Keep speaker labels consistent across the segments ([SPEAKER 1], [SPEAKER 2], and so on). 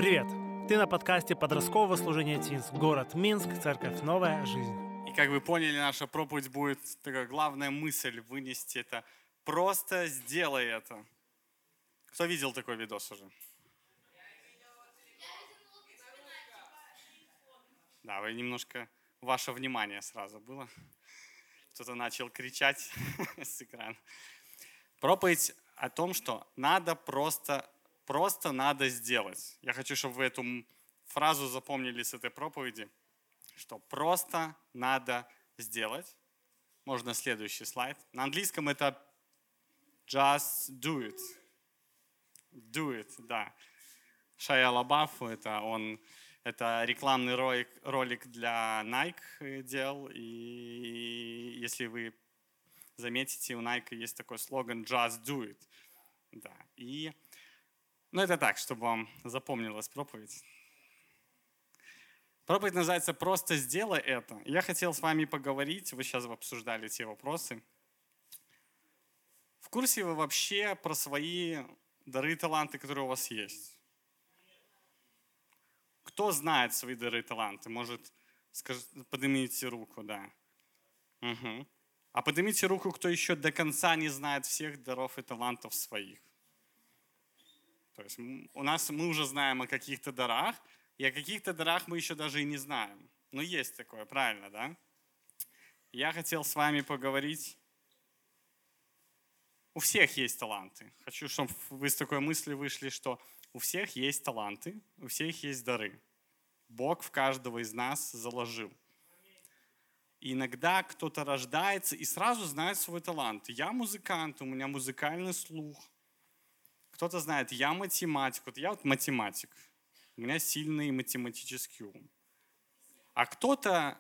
[SPEAKER 1] Привет! Ты на подкасте подросткового служения ТИНС. Город Минск, церковь «Новая жизнь».
[SPEAKER 2] И как вы поняли, наша проповедь будет такая главная мысль вынести это. Просто сделай это. Кто видел такой видос уже? Да, вы немножко, ваше внимание сразу было. Кто-то начал кричать с экрана. Проповедь о том, что надо просто надо сделать. Я хочу, чтобы вы эту фразу запомнили с этой проповеди, что просто надо сделать. Можно следующий слайд. На английском это just do it. Do it, да. Шайа Лабаф, это рекламный ролик для Nike делал. И если вы заметите, у Nike есть такой слоган just do it. Да. Это так, чтобы вам запомнилась проповедь. Проповедь называется «Просто сделай это». Я хотел с вами поговорить, вы сейчас обсуждали те вопросы. В курсе вы вообще про свои дары и таланты, которые у вас есть? Кто знает свои дары и таланты? Может, поднимите руку, да. Угу. А поднимите руку, кто еще до конца не знает всех даров и талантов своих. То есть мы уже знаем о каких-то дарах, и о каких-то дарах мы еще даже и не знаем. Но есть такое, правильно, да? Я хотел с вами поговорить. У всех есть таланты. Хочу, чтобы вы с такой мыслью вышли, что у всех есть таланты, у всех есть дары. Бог в каждого из нас заложил. И иногда кто-то рождается и сразу знает свой талант. Я музыкант, у меня музыкальный слух. Кто-то знает, я математик. Вот я математик. У меня сильный математический ум. А кто-то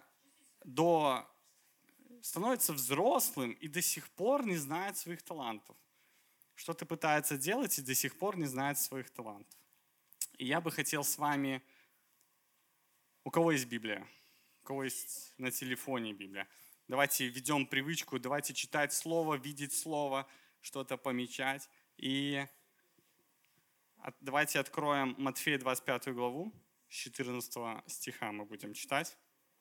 [SPEAKER 2] становится взрослым и до сих пор не знает своих талантов. Что-то пытается делать и до сих пор не знает своих талантов. И я бы хотел с вами... У кого есть Библия? У кого есть на телефоне Библия? Давайте введем привычку, давайте читать Слово, видеть Слово, что-то помечать. И давайте откроем Матфея 25 главу, с 14 стиха мы будем читать.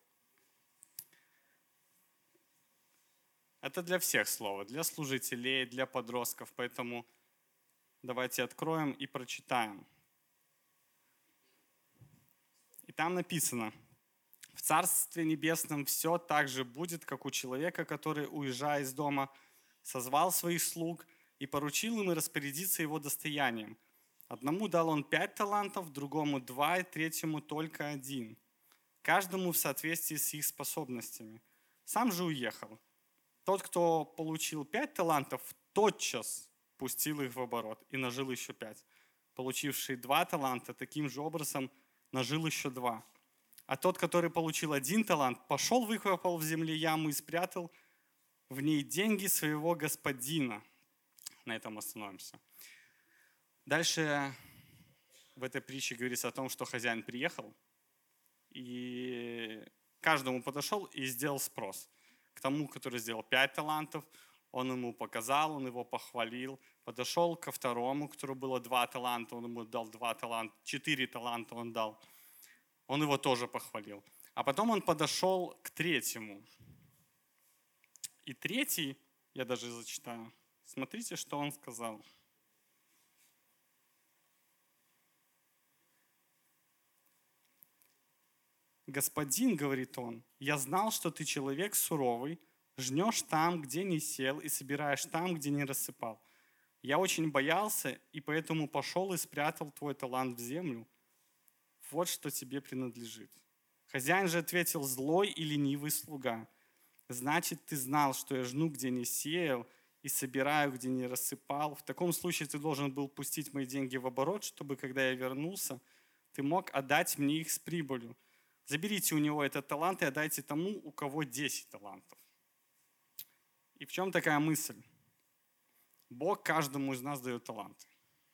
[SPEAKER 2] Это для всех Слово, для служителей, для подростков, поэтому давайте откроем и прочитаем. И там написано: «В Царстве Небесном все так же будет, как у человека, который, уезжая из дома, созвал своих слуг и поручил им распорядиться его достоянием. Одному дал он 5 талантов, другому 2, и третьему только 1, каждому в соответствии с их способностями. Сам же уехал. Тот, кто получил 5 талантов, тотчас пустил их в оборот и нажил еще 5. Получивший 2 таланта таким же образом нажил еще 2. А тот, который получил 1 талант, пошел, выкопал в земле яму и спрятал в ней деньги своего господина». На этом остановимся. Дальше в этой притче говорится о том, что хозяин приехал и каждому подошел и сделал спрос. К тому, который сделал 5 талантов, он ему показал, он его похвалил. Подошел ко второму, которому было 2 таланта, он ему дал 2 таланта, 4 таланта он дал. Он его тоже похвалил. А потом он подошел к третьему. И третий, я даже зачитаю, смотрите, что он сказал. «Господин, — говорит он, — я знал, что ты человек суровый, жнешь там, где не сел, и собираешь там, где не рассыпал. Я очень боялся, и поэтому пошел и спрятал твой талант в землю. Вот что тебе принадлежит». Хозяин же ответил: «Злой и ленивый слуга, значит, ты знал, что я жну, где не сеял, и собираю, где не рассыпал. В таком случае ты должен был пустить мои деньги в оборот, чтобы, когда я вернулся, ты мог отдать мне их с прибылью. Заберите у него этот талант и отдайте тому, у кого 10 талантов». И в чем такая мысль? Бог каждому из нас дает таланты.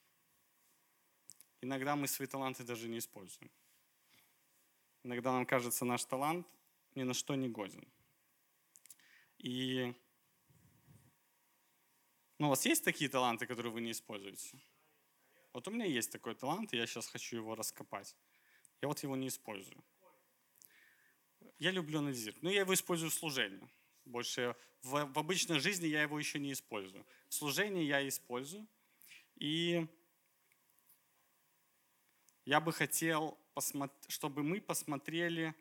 [SPEAKER 2] Иногда мы свои таланты даже не используем. Иногда нам кажется, наш талант ни на что не годен. И у вас есть такие таланты, которые вы не используете? Вот у меня есть такой талант, и я сейчас хочу его раскопать. Я вот его не использую. Я люблю анализировать, но я его использую в служении. Больше в обычной жизни я его еще не использую. В служении я использую. И я бы хотел, чтобы мы посмотрели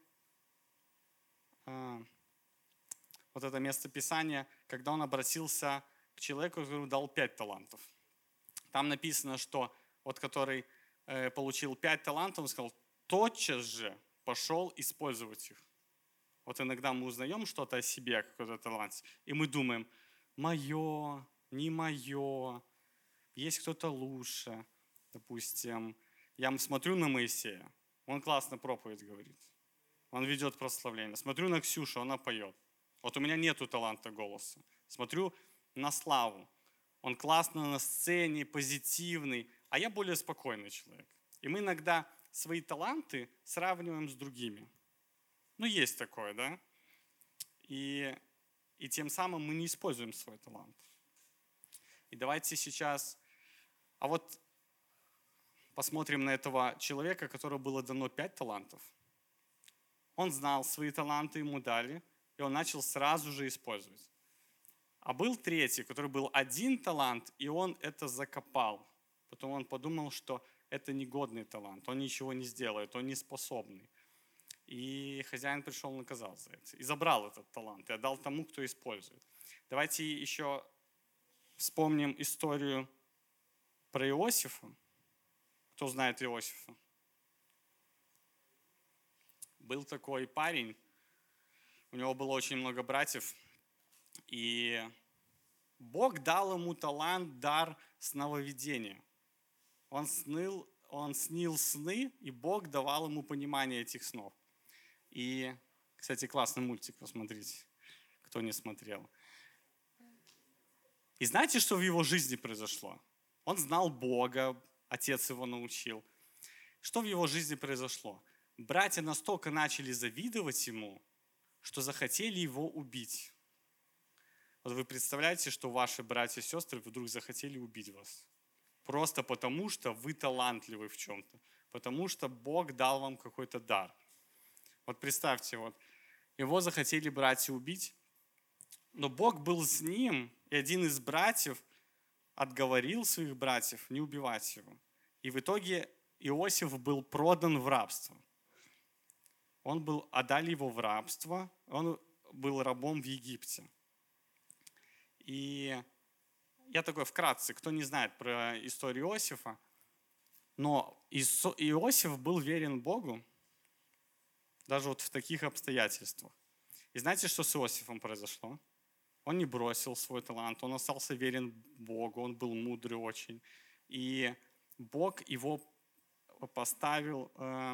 [SPEAKER 2] вот это место Писания, когда он обратился к человеку, который дал 5 талантов. Там написано, что вот который получил 5 талантов, он сказал, тотчас же пошел использовать их. Вот иногда мы узнаем что-то о себе, какой-то талант, и мы думаем, мое, не мое, есть кто-то лучше. Допустим, я смотрю на Моисея, он классно проповедь говорит, он ведет прославление. Смотрю на Ксюшу, она поет. Вот у меня нету таланта голоса. Смотрю на Славу, он классно на сцене, позитивный, а я более спокойный человек. И мы иногда свои таланты сравниваем с другими. Ну, есть такое, да? И тем самым мы не используем свой талант. И давайте сейчас... А вот посмотрим на этого человека, которому было дано 5 талантов. Он знал свои таланты, ему дали, и он начал сразу же использовать. А был третий, который был 1 талант, и он это закопал. Потом он подумал, что это негодный талант, он ничего не сделает, он не способный. И хозяин пришел и наказал за это. И забрал этот талант, и отдал тому, кто использует. Давайте еще вспомним историю про Иосифа. Кто знает Иосифа? Был такой парень, у него было очень много братьев, и Бог дал ему талант, дар сновидения. Он снил сны, и Бог давал ему понимание этих снов. И, кстати, классный мультик, посмотрите, кто не смотрел. И знаете, что в его жизни произошло? Он знал Бога, отец его научил. Что в его жизни произошло? Братья настолько начали завидовать ему, что захотели его убить. Вот вы представляете, что ваши братья и сестры вдруг захотели убить вас? Просто потому, что вы талантливы в чем-то. Потому что Бог дал вам какой-то дар. Вот представьте, вот его захотели братья убить, но Бог был с ним, и один из братьев отговорил своих братьев не убивать его. И в итоге Иосиф был продан в рабство. Отдали его в рабство, он был рабом в Египте. И я такой вкратце, кто не знает про историю Иосифа, но Иосиф был верен Богу, даже вот в таких обстоятельствах. И знаете, что с Иосифом произошло? Он не бросил свой талант, он остался верен Богу, он был мудрый очень. И Бог его поставил,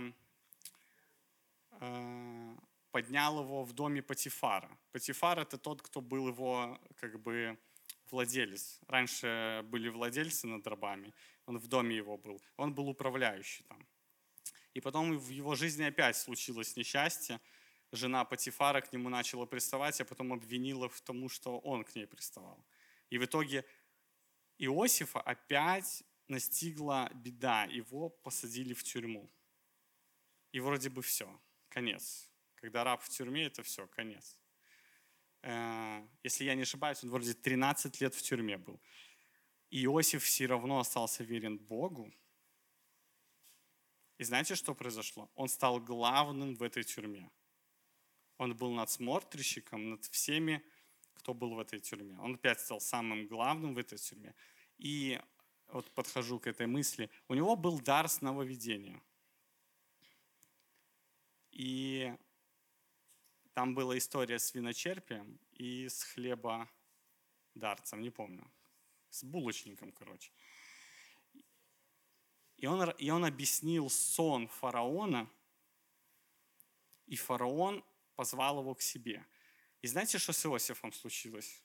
[SPEAKER 2] поднял его в доме Потифара. Потифар – это тот, кто был его как бы владелец. Раньше были владельцы над рабами, он в доме его был. Он был управляющий там. И потом в его жизни опять случилось несчастье. Жена Потифара к нему начала приставать, а потом обвинила в том, что он к ней приставал. И в итоге Иосифа опять настигла беда. Его посадили в тюрьму. И вроде бы все, конец. Когда раб в тюрьме, это все, конец. Если я не ошибаюсь, он вроде 13 лет в тюрьме был. И Иосиф все равно остался верен Богу. И знаете, что произошло? Он стал главным в этой тюрьме. Он был надсмотрщиком над всеми, кто был в этой тюрьме. Он опять стал самым главным в этой тюрьме. И вот подхожу к этой мысли. У него был дар сновидения. И там была история с виночерпием и с хлебодарцем, не помню. С булочником, короче. И он объяснил сон фараона, и фараон позвал его к себе. И знаете, что с Иосифом случилось?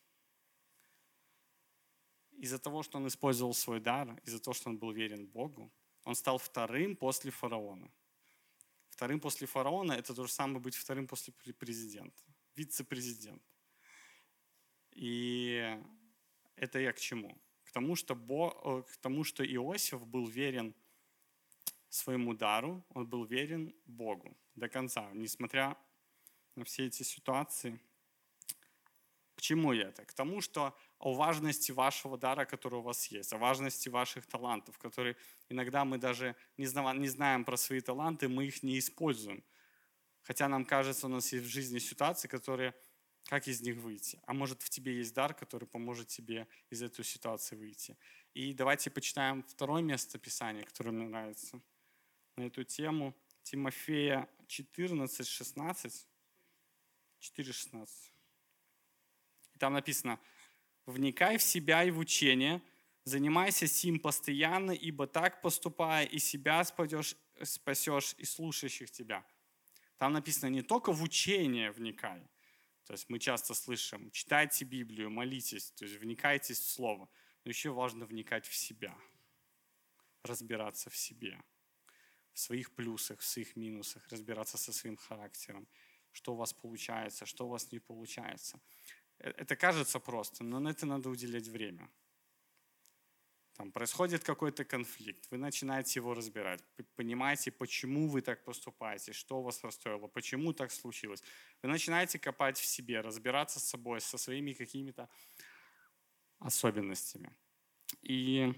[SPEAKER 2] Из-за того, что он использовал свой дар, из-за того, что он был верен Богу, он стал вторым после фараона. Вторым после фараона – это то же самое быть вторым после президента, вице-президент. И это я к чему? К к тому, что Иосиф был верен своему дару, он был верен Богу до конца, несмотря на все эти ситуации. К чему я это? К тому, что о важности вашего дара, который у вас есть, о важности ваших талантов, которые иногда мы даже не знаем про свои таланты, мы их не используем. Хотя нам кажется, у нас есть в жизни ситуации, которые, как из них выйти? А может, в тебе есть дар, который поможет тебе из этой ситуации выйти? И давайте почитаем второе место Писания, которое мне нравится на эту тему. Тимофея 14, 16. 4, 16. И там написано: «Вникай в себя и в учение, занимайся сим постоянно, ибо так поступая и себя спасешь и слушающих тебя». Там написано не только в учение вникай. То есть мы часто слышим: читайте Библию, молитесь, то есть вникайтесь в Слово. Но еще важно вникать в себя, разбираться в себе, в своих плюсах, в своих минусах, разбираться со своим характером, что у вас получается, что у вас не получается. Это кажется просто, но на это надо уделять время. Там происходит какой-то конфликт, вы начинаете его разбирать, понимаете, почему вы так поступаете, что вас расстроило, почему так случилось. Вы начинаете копать в себе, разбираться с собой, со своими какими-то особенностями. И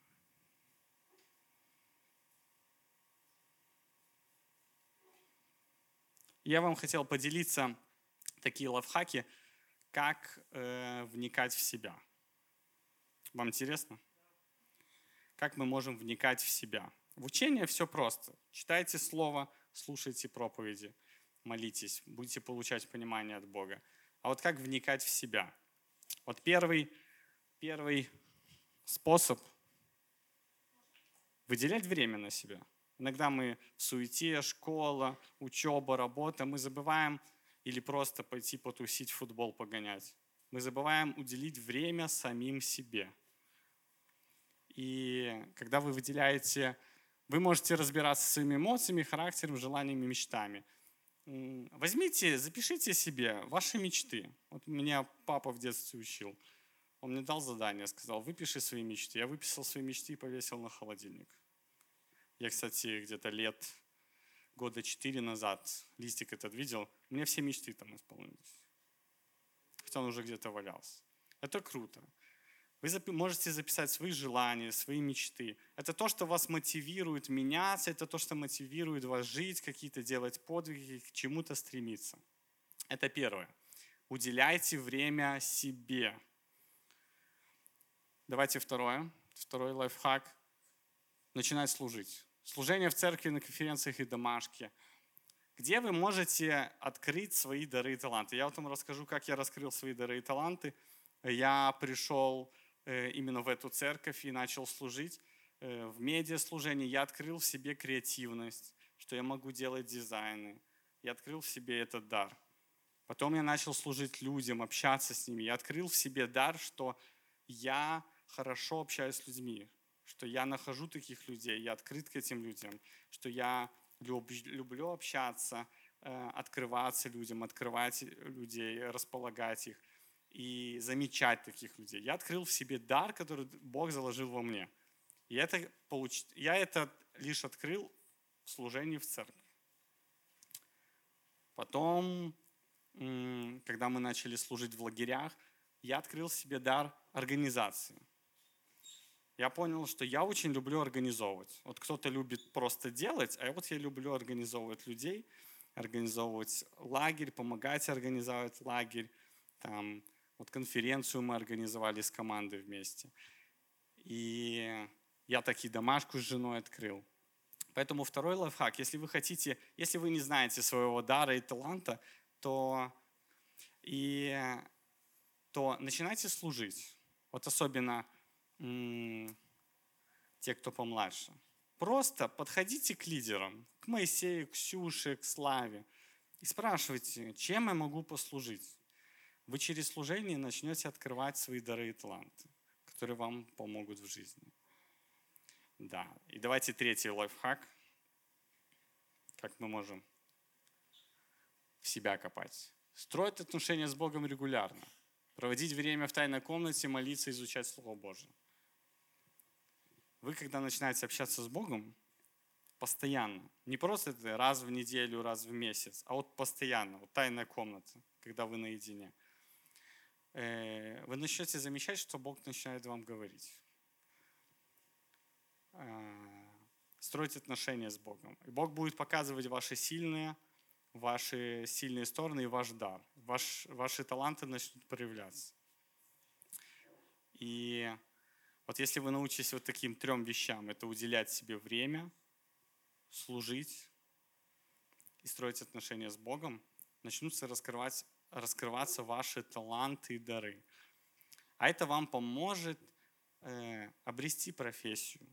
[SPEAKER 2] я вам хотел поделиться такие лайфхаки, как вникать в себя. Вам интересно? Как мы можем вникать в себя? В учение все просто. Читайте Слово, слушайте проповеди, молитесь, будете получать понимание от Бога. А вот как вникать в себя? Вот первый способ – выделять время на себя. Иногда мы в суете, школа, учеба, работа, мы забываем или просто пойти потусить, футбол погонять. Мы забываем уделить время самим себе. И когда вы выделяете, вы можете разбираться со своими эмоциями, характером, желаниями, мечтами. Возьмите, запишите себе ваши мечты. Вот меня папа в детстве учил. Он мне дал задание, сказал: выпиши свои мечты. Я выписал свои мечты и повесил на холодильник. Я, кстати, где-то года 4 назад листик этот видел. У меня все мечты там исполнились. Хотя он уже где-то валялся. Это круто. Вы можете записать свои желания, свои мечты. Это то, что вас мотивирует меняться, это то, что мотивирует вас жить, какие-то делать подвиги, к чему-то стремиться. Это первое. Уделяйте время себе. Давайте второе. Второй лайфхак. Начинать служить. Служение в церкви, на конференциях и домашке. Где вы можете открыть свои дары и таланты? Я вам расскажу, как я раскрыл свои дары и таланты. Я пришел именно в эту церковь и начал служить. В медиаслужении я открыл в себе креативность, что я могу делать дизайны. Я открыл в себе этот дар. Потом я начал служить людям, общаться с ними. Я открыл в себе дар, что я хорошо общаюсь с людьми, что я нахожу таких людей, я открыт к этим людям, что я люблю общаться, открываться людям, открывать людей, располагать их и замечать таких людей. Я открыл в себе дар, который Бог заложил во мне. И я это лишь открыл в служении в церкви. Потом, когда мы начали служить в лагерях, я открыл в себе дар организации. Я понял, что я очень люблю организовывать. Вот кто-то любит просто делать, а вот я люблю организовывать людей, организовывать лагерь, помогать организовать лагерь. Там, вот конференцию мы организовали с командой вместе. И я таки домашку с женой открыл. Поэтому второй лайфхак, если вы не знаете своего дара и таланта, то начинайте служить. Вот особенно те, кто помладше. Просто подходите к лидерам, к Моисею, к Ксюше, к Славе и спрашивайте, чем я могу послужить. Вы через служение начнете открывать свои дары и таланты, которые вам помогут в жизни. Да. И давайте третий лайфхак. Как мы можем в себя копать. Строить отношения с Богом регулярно. Проводить время в тайной комнате, молиться, изучать Слово Божие. Вы, когда начинаете общаться с Богом, постоянно, не просто это раз в неделю, раз в месяц, а вот постоянно, вот тайная комната, когда вы наедине, вы начнете замечать, что Бог начинает вам говорить. Строить отношения с Богом. И Бог будет показывать ваши сильные стороны и ваш дар. Ваши таланты начнут проявляться. И вот если вы научитесь вот таким 3 вещам, это уделять себе время, служить и строить отношения с Богом, начнутся раскрываться ваши таланты и дары. А это вам поможет обрести профессию.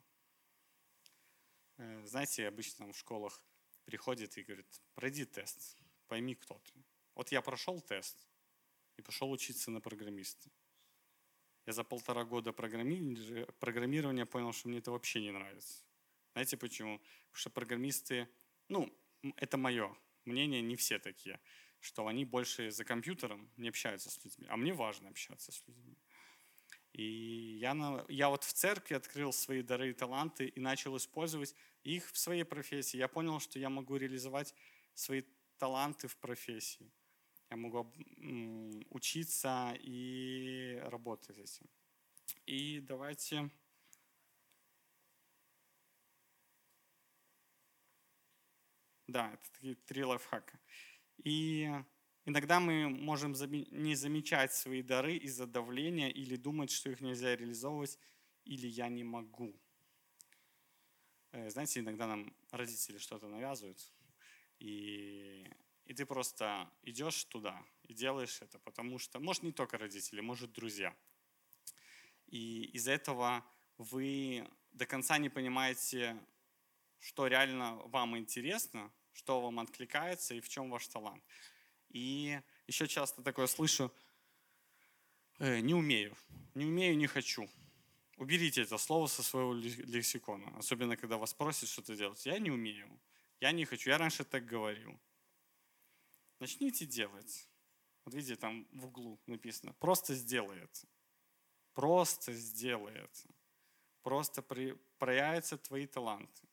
[SPEAKER 2] Знаете, обычно в школах приходят и говорят: пройди тест, пойми, кто ты. Вот я прошел тест и пошел учиться на программиста. Я за 1,5 года программирования понял, что мне это вообще не нравится. Знаете почему? Потому что программисты, это мое мнение, не все такие, что они больше за компьютером не общаются с людьми, а мне важно общаться с людьми. И я вот в церкви открыл свои дары и таланты и начал использовать их в своей профессии. Я понял, что я могу реализовать свои таланты в профессии. Я могу учиться и работать с этим. И давайте... Да, это такие 3 лайфхака. И иногда мы можем не замечать свои дары из-за давления или думать, что их нельзя реализовывать, или я не могу. Знаете, иногда нам родители что-то навязывают, и ты просто идешь туда и делаешь это, потому что, может, не только родители, может, друзья. И из-за этого вы до конца не понимаете, что реально вам интересно, что вам откликается и в чем ваш талант. И еще часто такое слышу: не умею, не хочу. Уберите это слово со своего лексикона, особенно когда вас просят что-то делать. Я не умею, я не хочу, я раньше так говорил. Начните делать. Вот видите, там в углу написано: просто сделай это. Просто сделай это. Просто проявятся твои таланты.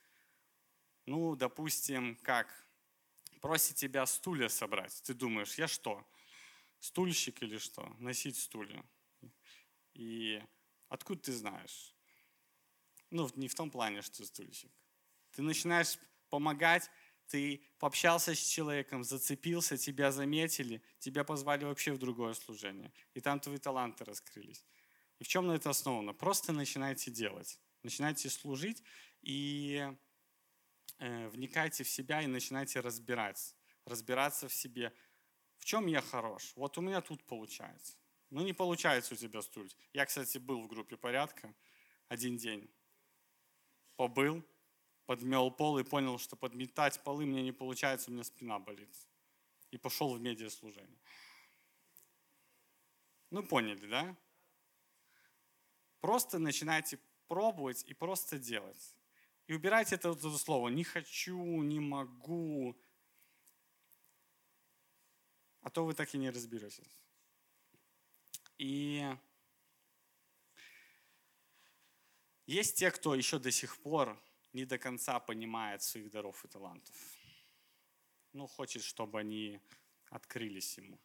[SPEAKER 2] Допустим, как? Просит тебя стулья собрать. Ты думаешь: я что, стульщик или что? Носить стулья. И откуда ты знаешь? Не в том плане, что стульщик. Ты начинаешь помогать, ты пообщался с человеком, зацепился, тебя заметили, тебя позвали вообще в другое служение. И там твои таланты раскрылись. И в чем на это основано? Просто начинайте делать. Начинайте служить и вникайте в себя и начинайте разбираться в себе. В чем я хорош? Вот у меня тут получается. Не получается у тебя стулья. Я, кстати, был в группе порядка 1 день. Побыл, подмел пол и понял, что подметать полы мне не получается, у меня спина болит. И пошел в медиаслужение. Поняли, да? Просто начинайте пробовать и просто делать. И убирайте это слово: не хочу, не могу. А то вы так и не разберетесь. И есть те, кто еще до сих пор не до конца понимает своих даров и талантов. Хочет, чтобы они открылись ему.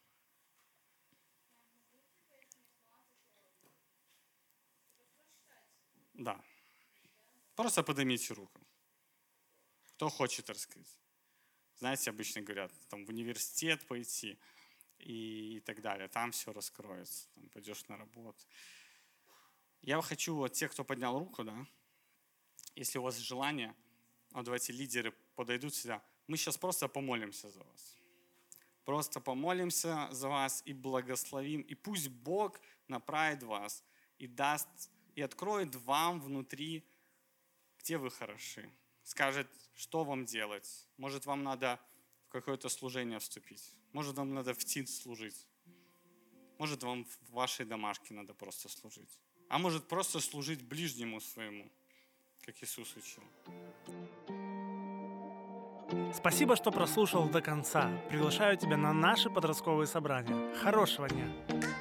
[SPEAKER 2] Да. Просто поднимите руку. Кто хочет раскрыть? Знаете, обычно говорят, в университет пойти и так далее. Там все раскроется. Там пойдешь на работу. Я хочу тех, кто поднял руку, да, если у вас желание, давайте лидеры подойдут сюда. Мы сейчас просто помолимся за вас. Просто помолимся за вас и благословим. И пусть Бог направит вас и даст, и откроет вам внутри, где вы хороши. Скажет, что вам делать. Может, вам надо в какое-то служение вступить. Может, вам надо в ТИН служить. Может, вам в вашей домашке надо просто служить. А может, просто служить ближнему своему, как Иисус учил.
[SPEAKER 1] Спасибо, что прослушал до конца. Приглашаю тебя на наши подростковые собрания. Хорошего дня!